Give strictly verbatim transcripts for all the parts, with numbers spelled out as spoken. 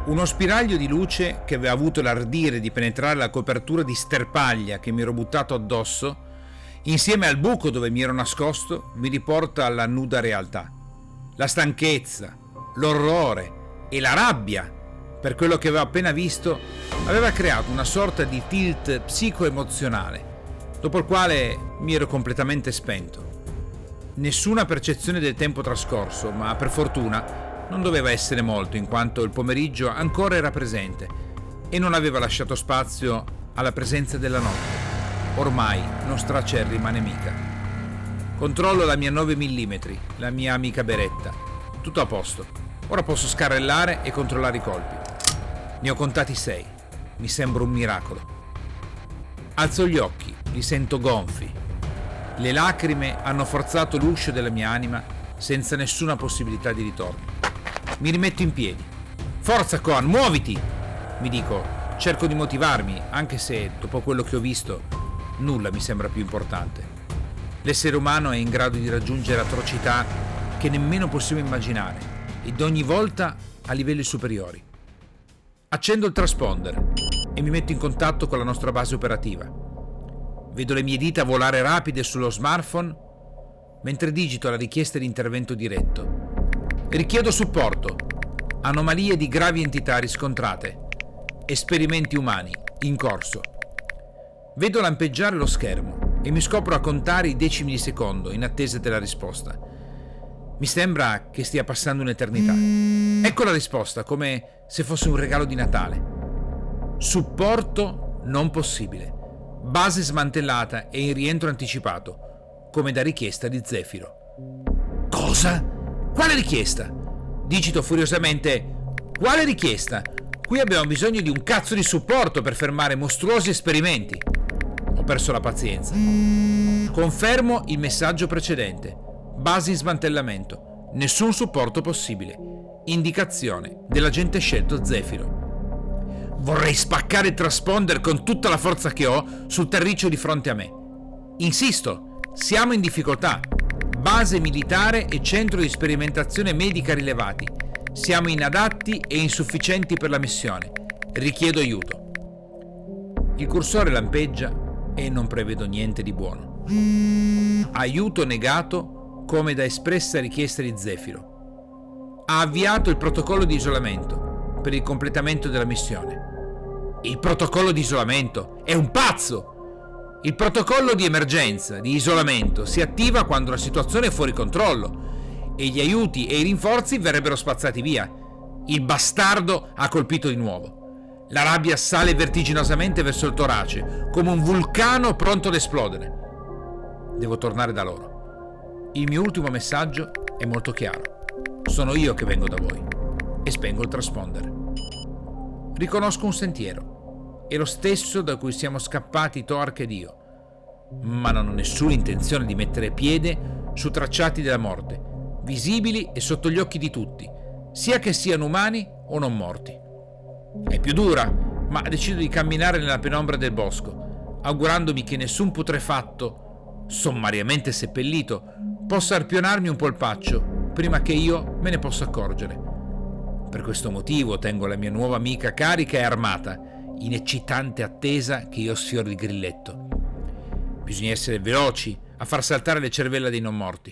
Uno spiraglio di luce che aveva avuto l'ardire di penetrare la copertura di sterpaglia che mi ero buttato addosso, insieme al buco dove mi ero nascosto, mi riporta alla nuda realtà. La stanchezza, l'orrore e la rabbia per quello che avevo appena visto aveva creato una sorta di tilt psico-emozionale, dopo il quale mi ero completamente spento. Nessuna percezione del tempo trascorso, ma per fortuna non doveva essere molto, in quanto il pomeriggio ancora era presente e non aveva lasciato spazio alla presenza della notte, ormai nostra acerrima nemica. Controllo la mia nove millimetri, la mia amica beretta. Tutto a posto. Ora posso scarrellare e controllare i colpi. Ne ho contati sei. Mi sembra un miracolo. Alzo gli occhi, li sento gonfi. Le lacrime hanno forzato l'uscio della mia anima senza nessuna possibilità di ritorno. Mi rimetto in piedi. Forza, Coan, muoviti! Mi dico, cerco di motivarmi, anche se, dopo quello che ho visto, nulla mi sembra più importante. L'essere umano è in grado di raggiungere atrocità che nemmeno possiamo immaginare, ed ogni volta a livelli superiori. Accendo il transponder e mi metto in contatto con la nostra base operativa. Vedo le mie dita volare rapide sullo smartphone mentre digito la richiesta di intervento diretto. Richiedo supporto. Anomalie di gravi entità riscontrate. Esperimenti umani in corso. Vedo lampeggiare lo schermo e mi scopro a contare i decimi di secondo in attesa della risposta. Mi sembra che stia passando un'eternità. Ecco la risposta, come se fosse un regalo di Natale. Supporto non possibile. Base smantellata e in rientro anticipato, come da richiesta di Zefiro. Cosa? Quale richiesta? Digito furiosamente: quale richiesta? Qui abbiamo bisogno di un cazzo di supporto per fermare mostruosi esperimenti. Ho perso la pazienza. Confermo il messaggio precedente. Base in smantellamento. Nessun supporto possibile. Indicazione dell'agente scelto Zefiro. Vorrei spaccare il transponder con tutta la forza che ho sul terriccio di fronte a me. Insisto, siamo in difficoltà. Base militare e centro di sperimentazione medica rilevati. Siamo inadatti e insufficienti per la missione. Richiedo aiuto. Il cursore lampeggia e non prevedo niente di buono. Aiuto negato come da espressa richiesta di Zefiro. Ha avviato il protocollo di isolamento per il completamento della missione. Il protocollo di isolamento? È un pazzo! Il protocollo di emergenza, di isolamento, si attiva quando la situazione è fuori controllo e gli aiuti e i rinforzi verrebbero spazzati via. Il bastardo ha colpito di nuovo. La rabbia sale vertiginosamente verso il torace, come un vulcano pronto ad esplodere. Devo tornare da loro. Il mio ultimo messaggio è molto chiaro. Sono io che vengo da voi. E spengo il transponder. Riconosco un sentiero. È lo stesso da cui siamo scappati Torque ed io, ma non ho nessuna intenzione di mettere piede su tracciati della morte, visibili e sotto gli occhi di tutti, sia che siano umani o non morti. È più dura, ma decido di camminare nella penombra del bosco, augurandomi che nessun putrefatto, sommariamente seppellito, possa arpionarmi un polpaccio prima che io me ne possa accorgere. Per questo motivo tengo la mia nuova amica carica e armata, in eccitante attesa che io sfiori il grilletto. Bisogna essere veloci a far saltare le cervella dei non morti.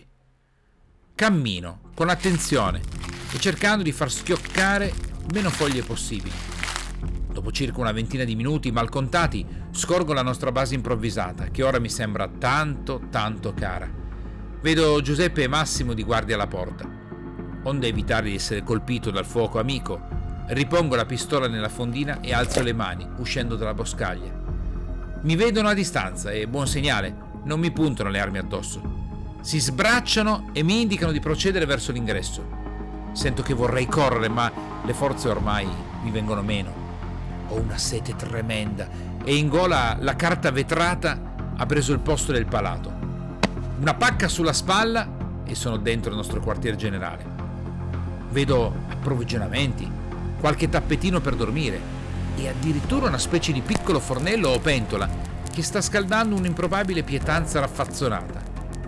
Cammino con attenzione e cercando di far schioccare meno foglie possibili. Dopo circa una ventina di minuti mal contati scorgo la nostra base improvvisata, che ora mi sembra tanto tanto cara. Vedo Giuseppe e Massimo di guardia alla porta. Onde evitare di essere colpito dal fuoco amico, ripongo la pistola nella fondina e alzo le mani, uscendo dalla boscaglia. Mi vedono a distanza e, buon segnale, non mi puntano le armi addosso. Si sbracciano e mi indicano di procedere verso l'ingresso. Sento che vorrei correre, ma le forze ormai mi vengono meno. Ho una sete tremenda e in gola la carta vetrata ha preso il posto del palato. Una pacca sulla spalla e sono dentro il nostro quartier generale. Vedo approvvigionamenti, qualche tappetino per dormire e addirittura una specie di piccolo fornello o pentola che sta scaldando un'improbabile pietanza raffazzonata.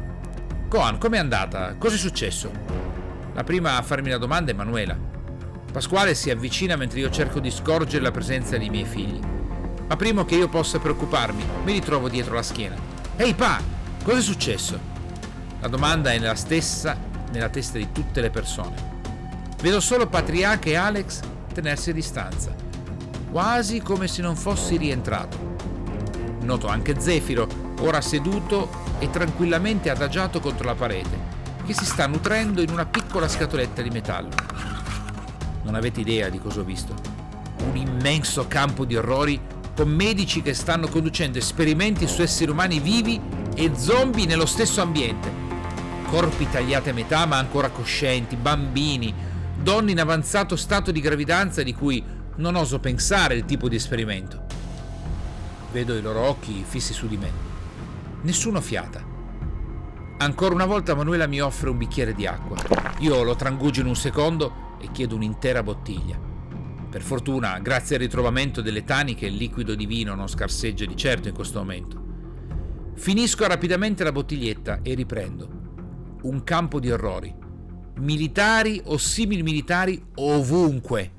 Coan, com'è andata? Cos'è successo? La prima a farmi la domanda è Manuela. Pasquale si avvicina mentre io cerco di scorgere la presenza dei miei figli. Ma prima che io possa preoccuparmi, mi ritrovo dietro la schiena. Ehi pa, cosa è successo? La domanda è la stessa nella testa di tutte le persone. Vedo solo Patriarca e Alex tenersi a distanza, quasi come se non fossi rientrato. Noto anche Zefiro, ora seduto e tranquillamente adagiato contro la parete, che si sta nutrendo in una piccola scatoletta di metallo. Non avete idea di cosa ho visto. Un immenso campo di orrori con medici che stanno conducendo esperimenti su esseri umani vivi e zombie nello stesso ambiente. Corpi tagliati a metà ma ancora coscienti, bambini, donne in avanzato stato di gravidanza di cui non oso pensare il tipo di esperimento. Vedo i loro occhi fissi su di me. Nessuno fiata. Ancora una volta Manuela mi offre un bicchiere di acqua. Io lo trangugio in un secondo e chiedo un'intera bottiglia. Per fortuna, grazie al ritrovamento delle taniche, il liquido di vino non scarseggia di certo in questo momento. Finisco rapidamente la bottiglietta e riprendo. Un campo di orrori. Militari o simili militari ovunque.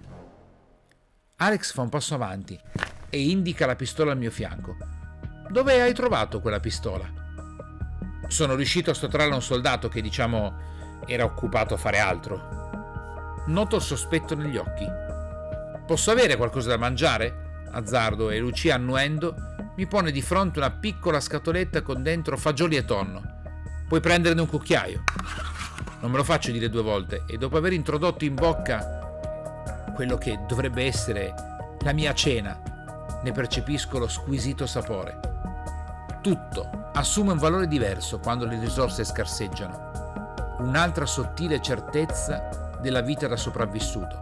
Alex fa un passo avanti e indica la pistola al mio fianco. Dove hai trovato quella pistola? Sono riuscito a sottrarla a un soldato che, diciamo, era occupato a fare altro. Noto il sospetto negli occhi. Posso avere qualcosa da mangiare? Azzardo e Lucia, annuendo, mi pone di fronte una piccola scatoletta con dentro fagioli e tonno. Puoi prenderne un cucchiaio. Non me lo faccio dire due volte e dopo aver introdotto in bocca quello che dovrebbe essere la mia cena, ne percepisco lo squisito sapore. Tutto assume un valore diverso quando le risorse scarseggiano. Un'altra sottile certezza della vita da sopravvissuto.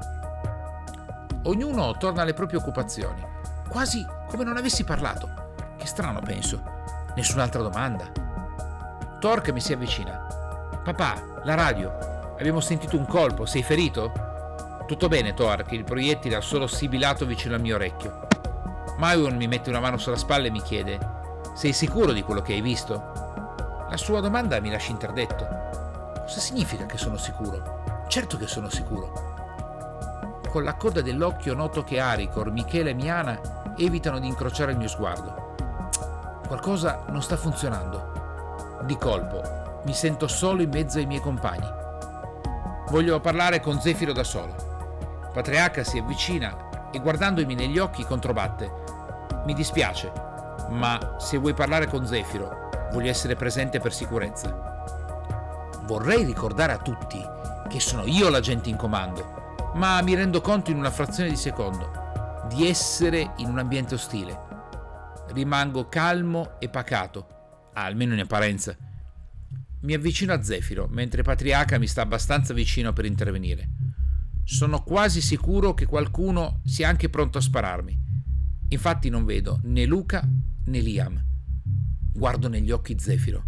Ognuno torna alle proprie occupazioni, quasi come non avessi parlato. Che strano, penso. Nessun'altra domanda. Torque mi si avvicina. Papà, la radio. Abbiamo sentito un colpo, sei ferito? Tutto bene, Torque, il proiettile ha solo sibilato vicino al mio orecchio. Myron mi mette una mano sulla spalla e mi chiede: sei sicuro di quello che hai visto? La sua domanda mi lascia interdetto. Cosa significa che sono sicuro? Certo che sono sicuro. Con la coda dell'occhio noto che Aricor, Michele e Miana evitano di incrociare il mio sguardo. Qualcosa non sta funzionando. Di colpo mi sento solo in mezzo ai miei compagni. Voglio parlare con Zefiro da solo. Patriarca si avvicina e guardandomi negli occhi controbatte: mi dispiace, ma se vuoi parlare con Zefiro voglio essere presente per sicurezza. Vorrei ricordare a tutti che sono io l'agente in comando, ma mi rendo conto in una frazione di secondo di essere in un ambiente ostile. Rimango calmo e pacato, almeno in apparenza. Mi avvicino a Zefiro, mentre Patriarca mi sta abbastanza vicino per intervenire. Sono quasi sicuro che qualcuno sia anche pronto a spararmi. Infatti non vedo né Luca né Liam. Guardo negli occhi Zefiro.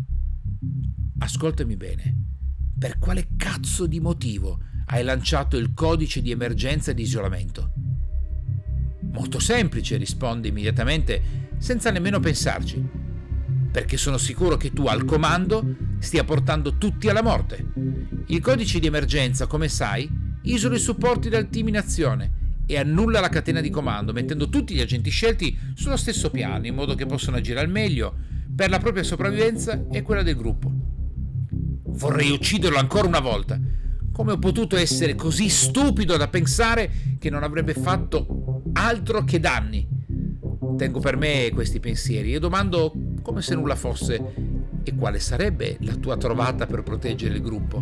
Ascoltami bene. Per quale cazzo di motivo hai lanciato il codice di emergenza e di isolamento? Molto semplice, risponde immediatamente, senza nemmeno pensarci. Perché sono sicuro che tu al comando stia portando tutti alla morte. Il codice di emergenza, come sai, isola i supporti del team in azione e annulla la catena di comando, mettendo tutti gli agenti scelti sullo stesso piano, in modo che possano agire al meglio per la propria sopravvivenza e quella del gruppo. Vorrei ucciderlo ancora una volta. Come ho potuto essere così stupido da pensare che non avrebbe fatto altro che danni? Tengo per me questi pensieri e domando, come se nulla fosse: e quale sarebbe la tua trovata per proteggere il gruppo?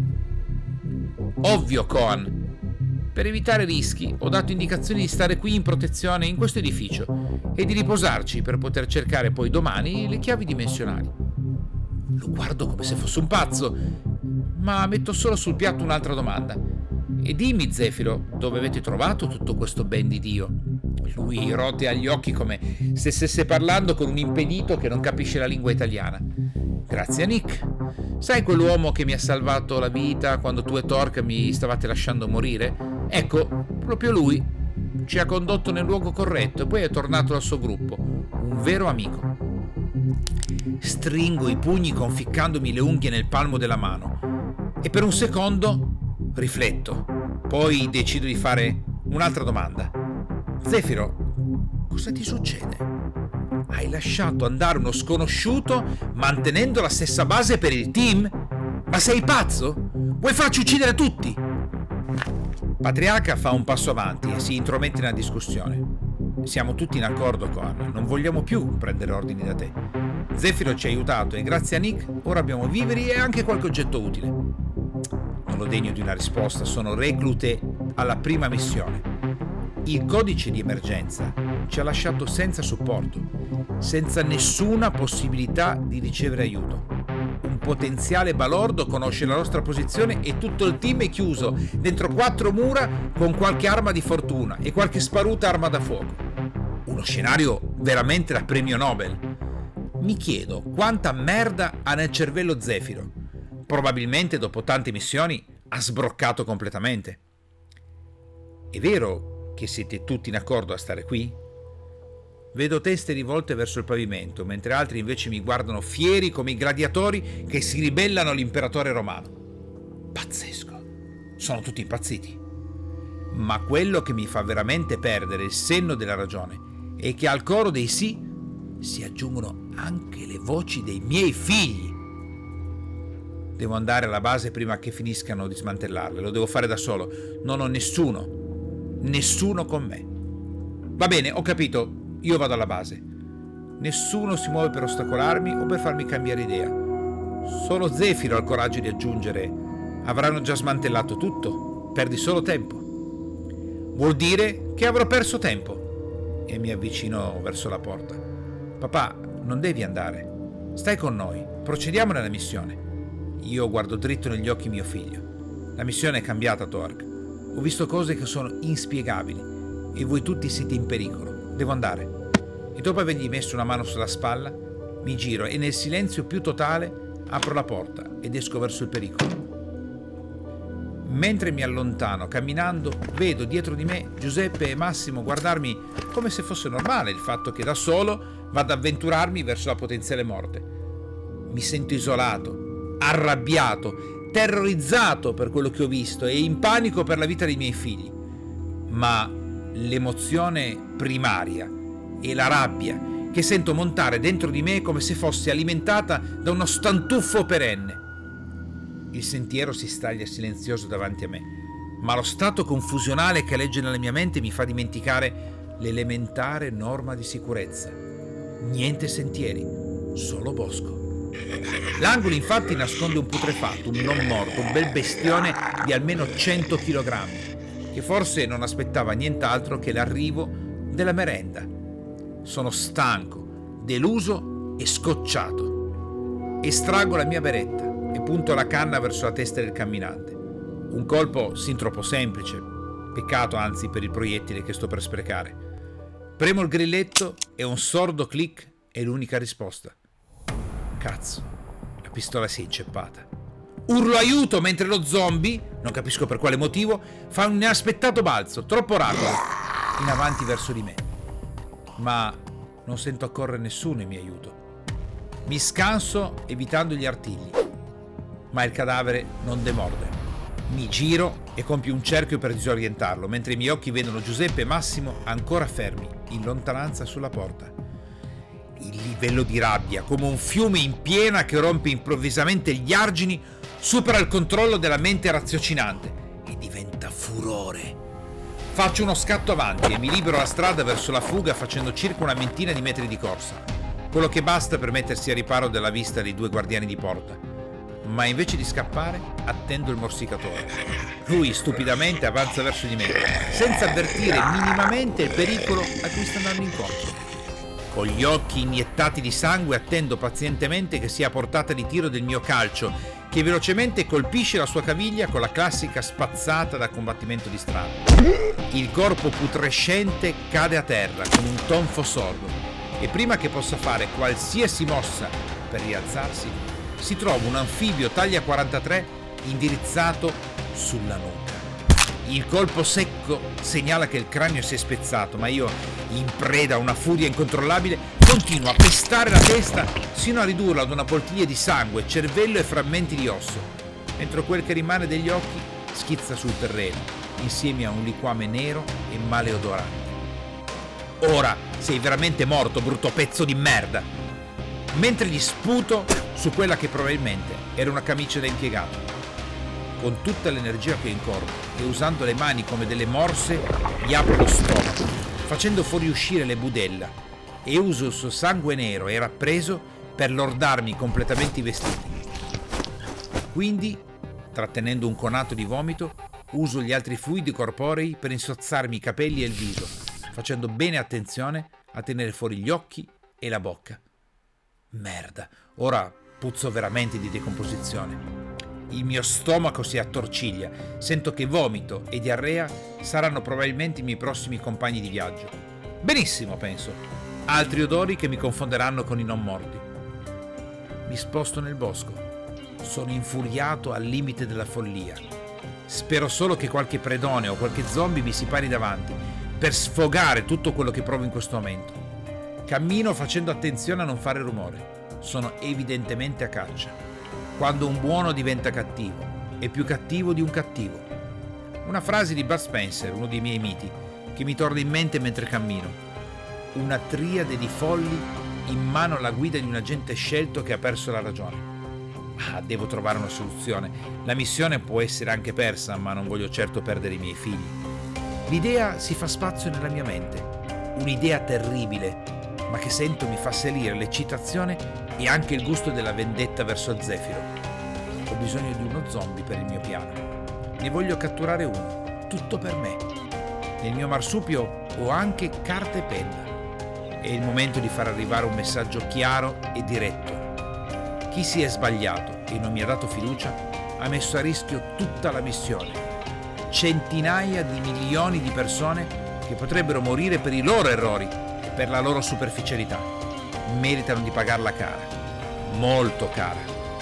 Ovvio, Coan. Per evitare rischi ho dato indicazioni di stare qui in protezione in questo edificio e di riposarci per poter cercare poi domani le chiavi dimensionali. Lo guardo come se fosse un pazzo, ma metto solo sul piatto un'altra domanda. E dimmi, Zefiro, dove avete trovato tutto questo ben di Dio? Lui rotea gli occhi come se stesse parlando con un impedito che non capisce la lingua italiana. Grazie a Nick. Sai quell'uomo che mi ha salvato la vita quando tu e Torque mi stavate lasciando morire? Ecco, proprio lui ci ha condotto nel luogo corretto e poi è tornato al suo gruppo. Un vero amico. Stringo i pugni conficcandomi le unghie nel palmo della mano e per un secondo Rifletto, poi decido di fare un'altra domanda. Zefiro, cosa ti succede? Hai lasciato andare uno sconosciuto mantenendo la stessa base per il team? Ma sei pazzo? Vuoi farci uccidere tutti? Patriarca fa un passo avanti e si intromette nella discussione. Siamo tutti in accordo, Coan, non vogliamo più prendere ordini da te. Zefiro ci ha aiutato e grazie a Nick ora abbiamo viveri e anche qualche oggetto utile. Non ho degno di una risposta, sono reclute alla prima missione. Il codice di emergenza ci ha lasciato senza supporto, senza nessuna possibilità di ricevere aiuto. Un potenziale balordo conosce la nostra posizione e tutto il team è chiuso dentro quattro mura con qualche arma di fortuna e qualche sparuta arma da fuoco. Uno scenario veramente da premio Nobel. Mi chiedo quanta merda ha nel cervello Zefiro. Probabilmente dopo tante missioni ha sbroccato completamente. È vero che siete tutti in accordo a stare qui? Vedo teste rivolte verso il pavimento, mentre altri invece mi guardano fieri come i gladiatori che si ribellano all'imperatore romano. Pazzesco. Sono tutti impazziti. Ma quello che mi fa veramente perdere il senno della ragione è che al coro dei sì si aggiungono anche le voci dei miei figli. Devo andare alla base prima che finiscano di smantellarle. Lo devo fare da solo. Non ho nessuno. Nessuno con me. Va bene, ho capito. Io vado alla base. Nessuno si muove per ostacolarmi o per farmi cambiare idea. Solo Zefiro ha il coraggio di aggiungere: avranno già smantellato tutto, perdi solo tempo. Vuol dire che avrò perso tempo. E mi avvicino verso la porta. Papà, non devi andare. Stai con noi, procediamo nella missione. Io guardo dritto negli occhi mio figlio. La missione è cambiata, Torg. Ho visto cose che sono inspiegabili e voi tutti siete in pericolo. Devo andare. E dopo avergli messo una mano sulla spalla, mi giro e nel silenzio più totale apro la porta ed esco verso il pericolo. Mentre mi allontano camminando, vedo dietro di me Giuseppe e Massimo guardarmi come se fosse normale il fatto che da solo vado ad avventurarmi verso la potenziale morte. Mi sento isolato, arrabbiato, terrorizzato per quello che ho visto e in panico per la vita dei miei figli. Ma l'emozione primaria e la rabbia che sento montare dentro di me come se fosse alimentata da uno stantuffo perenne. Il sentiero si staglia silenzioso davanti a me, ma lo stato confusionale che aleggia nella mia mente mi fa dimenticare l'elementare norma di sicurezza. Niente sentieri, solo bosco. L'angolo infatti nasconde un putrefatto, un non morto, un bel bestione di almeno cento chilogrammi, che forse non aspettava nient'altro che l'arrivo della merenda. Sono stanco, deluso e scocciato. Estraggo la mia beretta e punto la canna verso la testa del camminante. Un colpo sin troppo semplice, peccato anzi per il proiettile che sto per sprecare. Premo il grilletto e un sordo click è l'unica risposta. Cazzo, la pistola si è inceppata. Urlo aiuto mentre lo zombie, non capisco per quale motivo, fa un inaspettato balzo, troppo rapido, in avanti verso di me. Ma non sento accorrere nessuno in mio aiuto. Mi scanso evitando gli artigli, ma il cadavere non demorde. Mi giro e compio un cerchio per disorientarlo, mentre i miei occhi vedono Giuseppe e Massimo ancora fermi, in lontananza sulla porta. Il livello di rabbia, come un fiume in piena che rompe improvvisamente gli argini, supera il controllo della mente raziocinante e diventa furore. Faccio uno scatto avanti e mi libero la strada verso la fuga facendo circa una ventina di metri di corsa, quello che basta per mettersi a riparo della vista dei due guardiani di porta. Ma invece di scappare, attendo il morsicatore. Lui stupidamente avanza verso di me, senza avvertire minimamente il pericolo a cui sta andando incontro. Con gli occhi iniettati di sangue attendo pazientemente che sia a portata di tiro del mio calcio, che velocemente colpisce la sua caviglia con la classica spazzata da combattimento di strada. Il corpo putrescente cade a terra con un tonfo sordo e prima che possa fare qualsiasi mossa per rialzarsi, si trova un anfibio taglia quarantatré indirizzato sulla nuca. Il colpo secco segnala che il cranio si è spezzato, ma io, in preda a una furia incontrollabile, continuo a pestare la testa sino a ridurla ad una poltiglia di sangue, cervello e frammenti di osso, mentre quel che rimane degli occhi schizza sul terreno, insieme a un liquame nero e maleodorante. Ora sei veramente morto, brutto pezzo di merda! Mentre gli sputo su quella che probabilmente era una camicia da impiegato. Con tutta l'energia che ho in corpo e usando le mani come delle morse, gli apro lo stomaco, facendo fuoriuscire le budella, e uso il suo sangue nero e rappreso per lordarmi completamente i vestiti. Quindi, trattenendo un conato di vomito, uso gli altri fluidi corporei per insozzarmi i capelli e il viso, facendo bene attenzione a tenere fuori gli occhi e la bocca. Merda, ora puzzo veramente di decomposizione. Il mio stomaco si attorciglia, sento che vomito e diarrea saranno probabilmente i miei prossimi compagni di viaggio. Benissimo, penso. Altri odori che mi confonderanno con i non morti. Mi sposto nel bosco. Sono infuriato al limite della follia. Spero solo che qualche predone o qualche zombie mi si pari davanti per sfogare tutto quello che provo in questo momento. Cammino facendo attenzione a non fare rumore. Sono evidentemente a caccia. Quando un buono diventa cattivo, è più cattivo di un cattivo. Una frase di Bud Spencer, uno dei miei miti, che mi torna in mente mentre cammino. Una triade di folli in mano alla guida di un agente scelto che ha perso la ragione. Ah, devo trovare una soluzione. La missione può essere anche persa, ma non voglio certo perdere i miei figli. L'idea si fa spazio nella mia mente. Un'idea terribile, ma che sento mi fa salire l'eccitazione e anche il gusto della vendetta verso Zefiro. Ho bisogno di uno zombie per il mio piano. Ne voglio catturare uno, tutto per me. Nel mio marsupio ho anche carta e penna. È il momento di far arrivare un messaggio chiaro e diretto. Chi si è sbagliato e non mi ha dato fiducia ha messo a rischio tutta la missione. Centinaia di milioni di persone che potrebbero morire per i loro errori, per la loro superficialità. Meritano di pagarla cara, molto cara.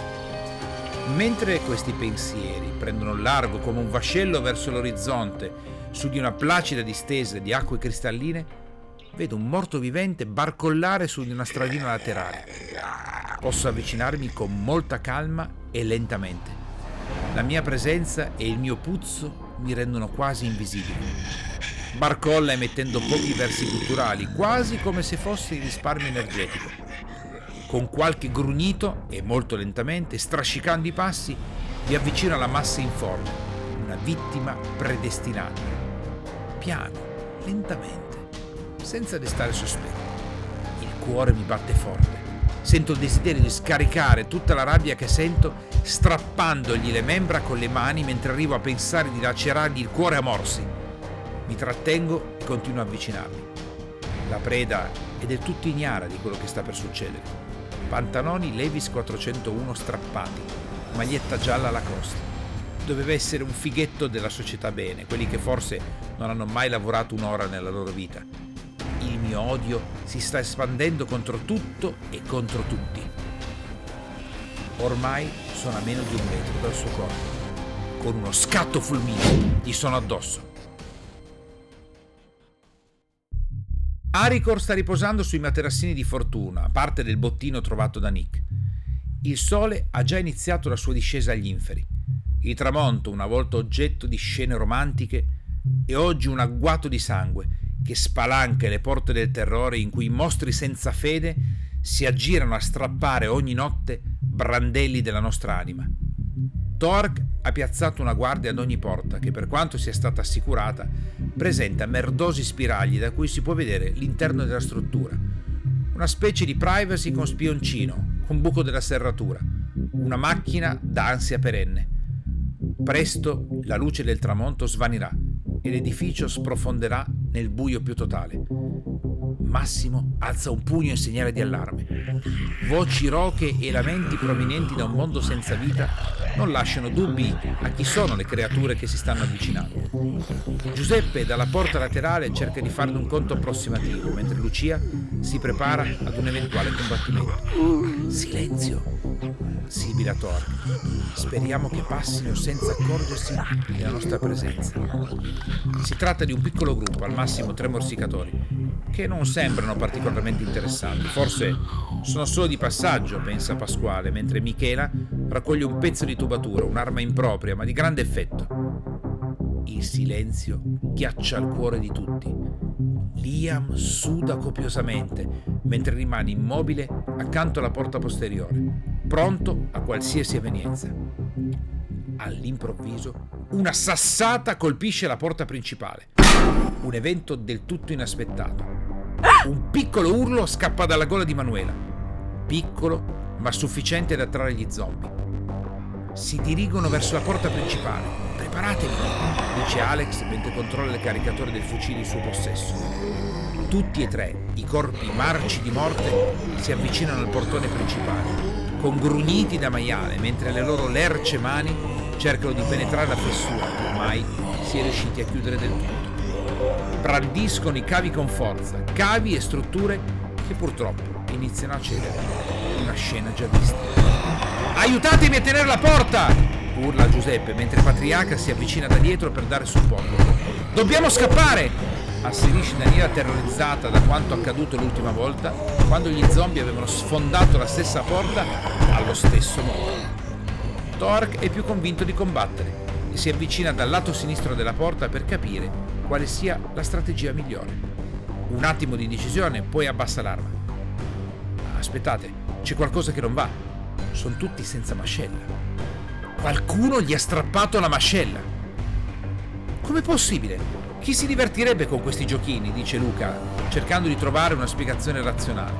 Mentre questi pensieri prendono largo come un vascello verso l'orizzonte su di una placida distesa di acque cristalline, vedo un morto vivente barcollare su di una stradina laterale. Posso avvicinarmi con molta calma e lentamente. La mia presenza e il mio puzzo mi rendono quasi invisibile. Barcolla emettendo pochi versi gutturali, quasi come se fosse il risparmio energetico. Con qualche grugnito e molto lentamente, strascicando i passi, vi avvicino alla massa informe, una vittima predestinata. Piano, lentamente, senza destare sospetto. Il cuore mi batte forte. Sento il desiderio di scaricare tutta la rabbia che sento strappandogli le membra con le mani mentre arrivo a pensare di lacerargli il cuore a morsi. Mi trattengo e continuo a avvicinarmi. La preda è del tutto ignara di quello che sta per succedere. Pantaloni Levi's quattrocentouno strappati, maglietta gialla alla costa. Doveva essere un fighetto della società bene, quelli che forse non hanno mai lavorato un'ora nella loro vita. Il mio odio si sta espandendo contro tutto e contro tutti. Ormai sono a meno di un metro dal suo corpo. Con uno scatto fulmineo gli sono addosso. Aricor sta riposando sui materassini di fortuna, a parte del bottino trovato da Nick. Il sole ha già iniziato la sua discesa agli inferi. Il tramonto, una volta oggetto di scene romantiche, è oggi un agguato di sangue che spalanca le porte del terrore in cui i mostri senza fede si aggirano a strappare ogni notte brandelli della nostra anima. Torg ha piazzato una guardia ad ogni porta che, per quanto sia stata assicurata, presenta merdosi spiragli da cui si può vedere l'interno della struttura. Una specie di privacy con spioncino, con buco della serratura. Una macchina d'ansia perenne. Presto la luce del tramonto svanirà e l'edificio sprofonderà nel buio più totale. Massimo alza un pugno in segnale di allarme. Voci roche e lamenti provenienti da un mondo senza vita non lasciano dubbi a chi sono le creature che si stanno avvicinando. Giuseppe dalla porta laterale cerca di farne un conto approssimativo, mentre Lucia si prepara ad un eventuale combattimento. Silenzio, sibila Torg. Speriamo che passino senza accorgersi della nostra presenza. Si tratta di un piccolo gruppo, al massimo tre morsicatori, che non sembrano particolarmente interessanti. Forse sono solo di passaggio, pensa Pasquale, mentre Michela raccoglie un pezzo di tubatura, un'arma impropria ma di grande effetto. Il silenzio ghiaccia il cuore di tutti. Liam suda copiosamente mentre rimane immobile accanto alla porta posteriore, pronto a qualsiasi evenienza. All'improvviso una sassata colpisce la porta principale. Un evento del tutto inaspettato. Un piccolo urlo scappa dalla gola di Manuela. Piccolo, ma sufficiente ad attrarre gli zombie. Si dirigono verso la porta principale. Preparatevi, dice Alex mentre controlla il caricatore del fucile in suo possesso. Tutti e tre, i corpi marci di morte, si avvicinano al portone principale, con grugniti da maiale, mentre le loro lerce mani cercano di penetrare la fessura che ormai si è riusciti a chiudere del tutto. Brandiscono i cavi con forza, cavi e strutture che purtroppo iniziano a cedere. Una scena già vista. Aiutatemi a tenere la porta! Urla Giuseppe mentre Patriarca si avvicina da dietro per dare supporto. Dobbiamo scappare! Asserisce Daniela terrorizzata da quanto accaduto l'ultima volta, quando gli zombie avevano sfondato la stessa porta allo stesso modo. Torque è più convinto di combattere e si avvicina dal lato sinistro della porta per capire quale sia la strategia migliore. Un attimo di indecisione, poi abbassa l'arma. Aspettate, c'è qualcosa che non va. Sono tutti senza mascella. Qualcuno gli ha strappato la mascella. Com'è possibile? Chi si divertirebbe con questi giochini? Dice Luca, cercando di trovare una spiegazione razionale.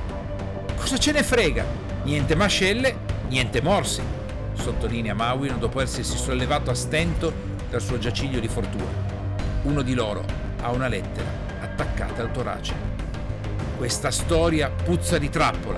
Cosa ce ne frega? Niente mascelle, niente morsi, sottolinea Mawin dopo essersi sollevato a stento dal suo giaciglio di fortuna. Uno di loro ha una lettera attaccata al torace. Questa storia puzza di trappola.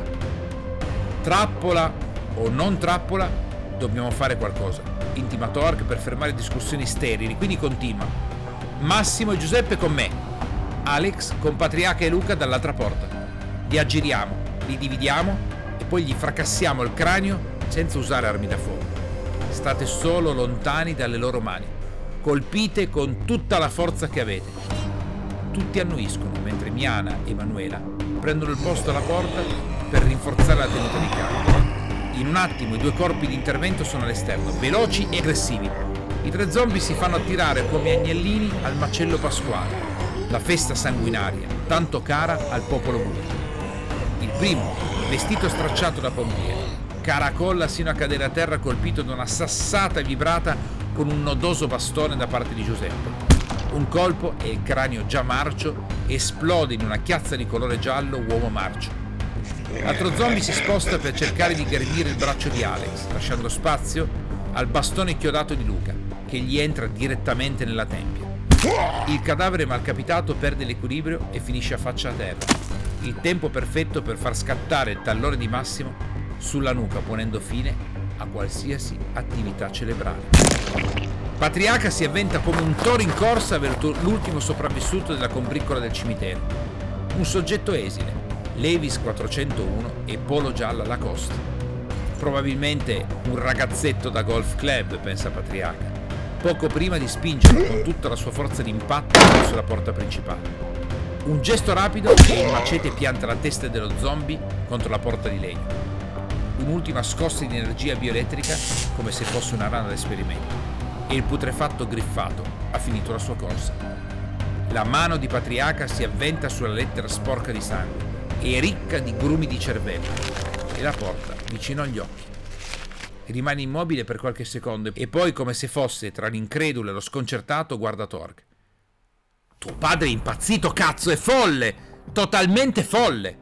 Trappola o non trappola, dobbiamo fare qualcosa, intima Torque per fermare discussioni sterili, quindi continua. Massimo e Giuseppe con me, Alex con Patriarca e Luca dall'altra porta. Li aggiriamo, li dividiamo e poi gli fracassiamo il cranio senza usare armi da fuoco. State solo lontani dalle loro mani. Colpite con tutta la forza che avete. Tutti annuiscono mentre Miana e Manuela prendono il posto alla porta per rinforzare la tenuta di carico. In un attimo i due corpi di intervento sono all'esterno, veloci e aggressivi. I tre zombie si fanno attirare come agnellini al macello pasquale, la festa sanguinaria, tanto cara al popolo buio. Il primo, vestito stracciato da pompiere, caracolla sino a cadere a terra colpito da una sassata vibrata con un nodoso bastone da parte di Giuseppe. Un colpo e il cranio già marcio esplode in una chiazza di colore giallo uomo marcio. L'altro zombie si sposta per cercare di ghermire il braccio di Alex, lasciando spazio al bastone chiodato di Luca, che gli entra direttamente nella tempia. Il cadavere malcapitato perde l'equilibrio e finisce a faccia a terra. Il tempo perfetto per far scattare il tallone di Massimo sulla nuca, ponendo fine a qualsiasi attività cerebrale. Patriarca si avventa come un toro in corsa verso l'ultimo sopravvissuto della combriccola del cimitero. Un soggetto esile, Levis quattrocentouno e polo gialla Lacoste. Probabilmente un ragazzetto da golf club, pensa Patriarca, poco prima di spingerlo con tutta la sua forza d'impatto verso la porta principale. Un gesto rapido e il macete pianta la testa dello zombie contro la porta di legno. Un'ultima scossa di energia bioelettrica come se fosse una rana d'esperimento. E il putrefatto griffato ha finito la sua corsa. La mano di Patriarca si avventa sulla lettera sporca di sangue e ricca di grumi di cervello e la porta vicino agli occhi. Rimane immobile per qualche secondo e poi, come se fosse tra l'incredulo e lo sconcertato, guarda Torque. Tuo padre è impazzito, cazzo, è folle! Totalmente folle!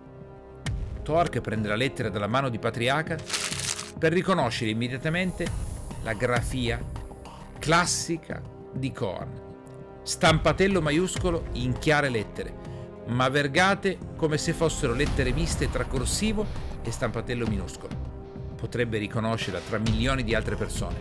Torque prende la lettera dalla mano di Patriarca per riconoscere immediatamente la grafia classica di Coan. Stampatello maiuscolo in chiare lettere, ma vergate come se fossero lettere miste tra corsivo e stampatello minuscolo. Potrebbe riconoscerla tra milioni di altre persone.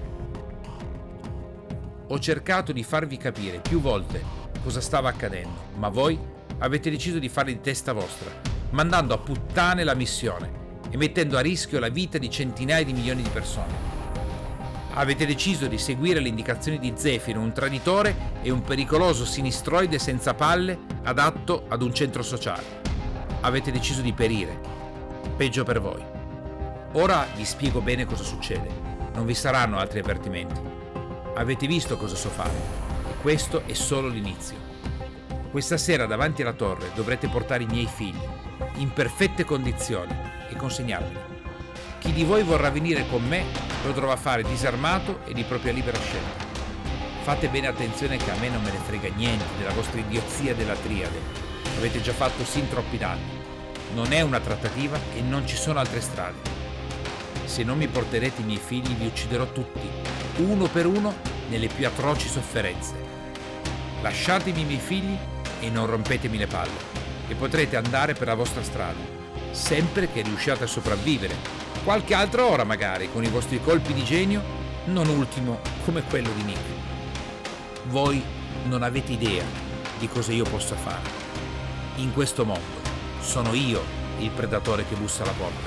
Ho cercato di farvi capire più volte cosa stava accadendo, ma voi avete deciso di fare di testa vostra, mandando a puttane la missione e mettendo a rischio la vita di centinaia di milioni di persone. Avete deciso di seguire le indicazioni di Zefiro, un traditore e un pericoloso sinistroide senza palle adatto ad un centro sociale. Avete deciso di perire. Peggio per voi. Ora vi spiego bene cosa succede. Non vi saranno altri avvertimenti. Avete visto cosa so fare. questo è solo l'inizio. Questa sera davanti alla torre dovrete portare i miei figli, in perfette condizioni, e consegnarmeli. Chi di voi vorrà venire con me lo dovrà fare disarmato e di propria libera scelta. Fate bene attenzione che a me non me ne frega niente della vostra idiozia della triade. Avete già fatto sin troppi danni. Non è una trattativa e non ci sono altre strade. Se non mi porterete i miei figli vi ucciderò tutti, uno per uno, nelle più atroci sofferenze. Lasciatemi i miei figli e non rompetemi le palle, e potrete andare per la vostra strada, sempre che riusciate a sopravvivere, qualche altra ora magari, con i vostri colpi di genio, non ultimo come quello di Nick. Voi non avete idea di cosa io possa fare. In questo mondo sono io il predatore che bussa alla porta.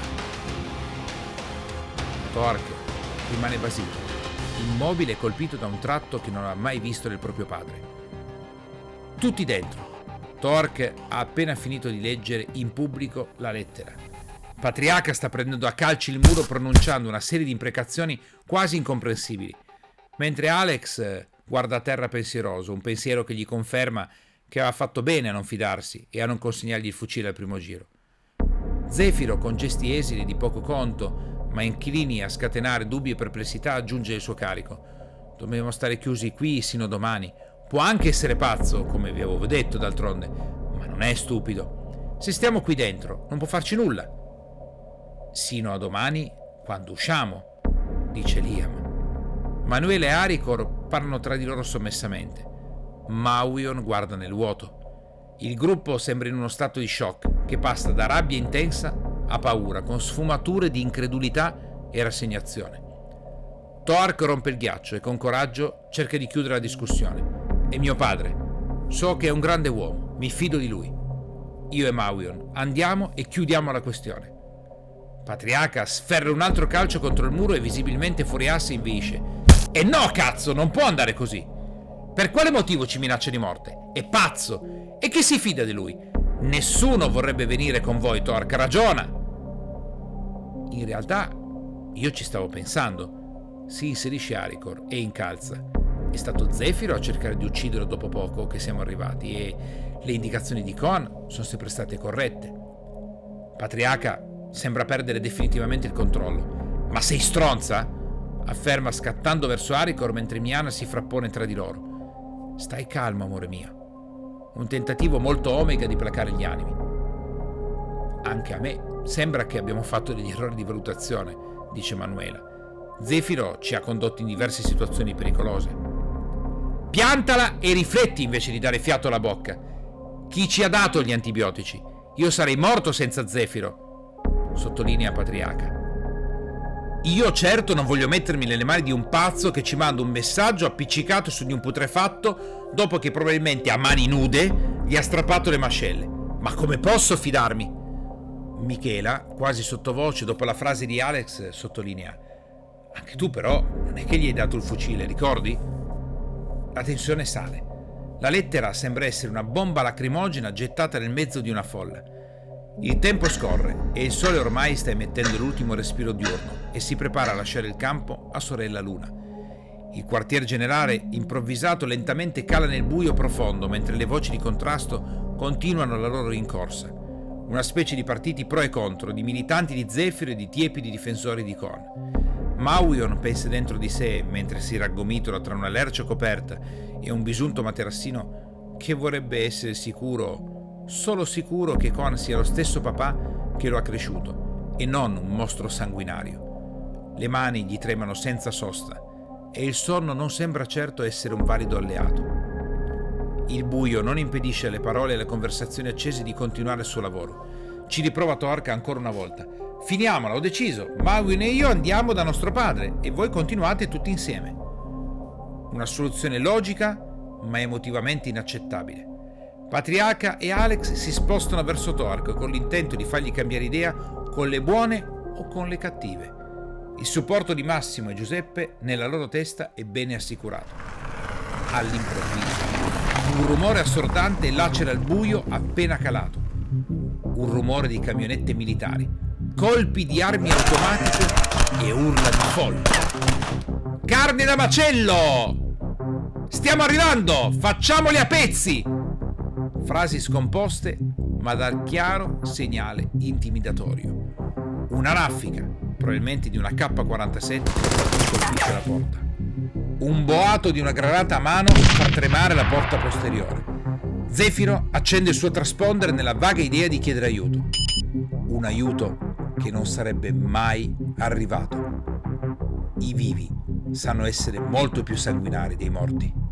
Tork rimane basito, immobile e colpito da un tratto che non ha mai visto nel proprio padre. Tutti dentro. Tork ha appena finito di leggere in pubblico la lettera. Patriarca sta prendendo a calci il muro pronunciando una serie di imprecazioni quasi incomprensibili, mentre Alex guarda a terra pensieroso, un pensiero che gli conferma che aveva fatto bene a non fidarsi e a non consegnargli il fucile al primo giro. Zefiro, con gesti esili di poco conto, ma inclini a scatenare dubbi e perplessità, aggiunge il suo carico. Dobbiamo stare chiusi qui sino a domani. Può anche essere pazzo, come vi avevo detto d'altronde, ma non è stupido. Se stiamo qui dentro, non può farci nulla. Sino a domani, quando usciamo, dice Liam. Manuele e Aricor parlano tra di loro sommessamente. Mawion guarda nel vuoto. Il gruppo sembra in uno stato di shock che passa da rabbia intensa a paura, con sfumature di incredulità e rassegnazione. Tork rompe il ghiaccio e con coraggio cerca di chiudere la discussione. È mio padre. So che è un grande uomo, mi fido di lui. Io e Mawion andiamo e chiudiamo la questione. Patriarca sferra un altro calcio contro il muro e visibilmente furiasse inveisce. E no, cazzo, non può andare così. Per quale motivo ci minaccia di morte? È pazzo. E chi si fida di lui? Nessuno vorrebbe venire con voi, Tork, ragiona. In realtà, io ci stavo pensando. Si inserisce Aricor e incalza. È stato Zefiro a cercare di ucciderlo dopo poco che siamo arrivati e le indicazioni di Con sono sempre state corrette. Patriarca sembra perdere definitivamente il controllo. Ma sei stronza? Afferma scattando verso Aricor mentre Miana si frappone tra di loro. Stai calmo, amore mio. Un tentativo molto omega di placare gli animi. Anche a me sembra che abbiamo fatto degli errori di valutazione, dice Manuela. Zefiro ci ha condotto in diverse situazioni pericolose. Piantala e rifletti invece di dare fiato alla bocca. Chi ci ha dato gli antibiotici? Io sarei morto senza Zefiro, sottolinea Patriarca. Io certo non voglio mettermi nelle mani di un pazzo che ci manda un messaggio appiccicato su di un putrefatto dopo che probabilmente a mani nude gli ha strappato le mascelle. Ma come posso fidarmi? Michela, quasi sottovoce dopo la frase di Alex, sottolinea. Anche tu però non è che gli hai dato il fucile, ricordi? La tensione sale. La lettera sembra essere una bomba lacrimogena gettata nel mezzo di una folla. Il tempo scorre e il sole ormai sta emettendo l'ultimo respiro diurno e si prepara a lasciare il campo a sorella Luna. Il quartier generale, improvvisato, lentamente cala nel buio profondo mentre le voci di contrasto continuano la loro rincorsa. Una specie di partiti pro e contro, di militanti di Zefiro e di tiepidi difensori di Con. Mawion pensa dentro di sé, mentre si raggomitola tra una lercia coperta e un bisunto materassino, che vorrebbe essere sicuro, solo sicuro che Con sia lo stesso papà che lo ha cresciuto e non un mostro sanguinario. Le mani gli tremano senza sosta e il sonno non sembra certo essere un valido alleato. Il buio non impedisce alle parole e alle conversazioni accese di continuare il suo lavoro. Ci riprova Tork ancora una volta. Finiamola, ho deciso. Mawion e io andiamo da nostro padre e voi continuate tutti insieme. Una soluzione logica, ma emotivamente inaccettabile. Patriarca e Alex si spostano verso Tork con l'intento di fargli cambiare idea con le buone o con le cattive. Il supporto di Massimo e Giuseppe nella loro testa è bene assicurato. All'improvviso, un rumore assordante lacera il buio appena calato. Un rumore di camionette militari, colpi di armi automatiche e urla di folla. Carne da macello! Stiamo arrivando! Facciamoli a pezzi! Frasi scomposte, ma dal chiaro segnale intimidatorio. Una raffica, probabilmente di una K quarantasette, colpisce la porta. Un boato di una granata a mano fa tremare la porta posteriore. Zefiro accende il suo traspondere nella vaga idea di chiedere aiuto. Un aiuto che non sarebbe mai arrivato. I vivi sanno essere molto più sanguinari dei morti.